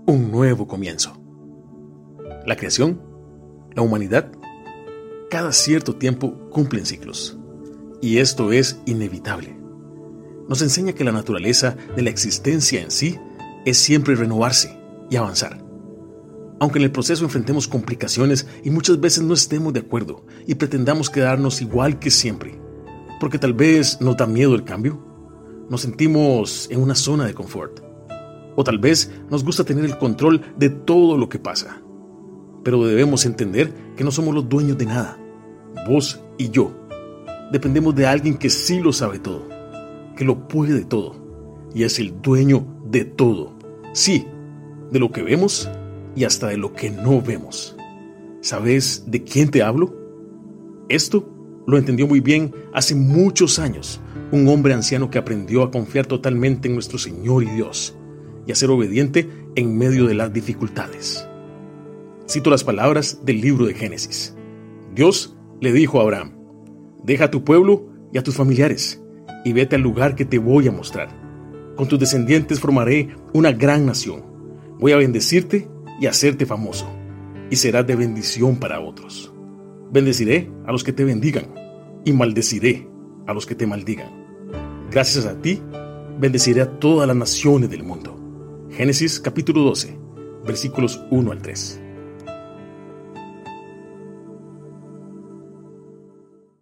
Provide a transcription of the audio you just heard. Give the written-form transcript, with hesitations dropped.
un nuevo comienzo. La creación, la humanidad, cada cierto tiempo cumplen ciclos. Y esto es inevitable. Nos enseña que la naturaleza de la existencia en sí es siempre renovarse y avanzar. Aunque en el proceso enfrentemos complicaciones y muchas veces no estemos de acuerdo y pretendamos quedarnos igual que siempre, porque tal vez nos da miedo el cambio, nos sentimos en una zona de confort, o tal vez nos gusta tener el control de todo lo que pasa. Pero debemos entender que no somos los dueños de nada. Vos y yo dependemos de alguien que sí lo sabe todo, que lo puede todo y es el dueño de todo. Sí, de lo que vemos y hasta de lo que no vemos. ¿Sabes de quién te hablo? Esto lo entendió muy bien hace muchos años un hombre anciano que aprendió a confiar totalmente en nuestro Señor y Dios y a ser obediente en medio de las dificultades. Cito las palabras del libro de Génesis. Dios le dijo a Abraham: deja a tu pueblo y a tus familiares y vete al lugar que te voy a mostrar. Con tus descendientes formaré una gran nación. Voy a bendecirte y hacerte famoso, y serás de bendición para otros. Bendeciré a los que te bendigan y maldeciré a los que te maldigan. Gracias a ti, bendeciré a todas las naciones del mundo. Génesis capítulo 12, versículos 1 al 3.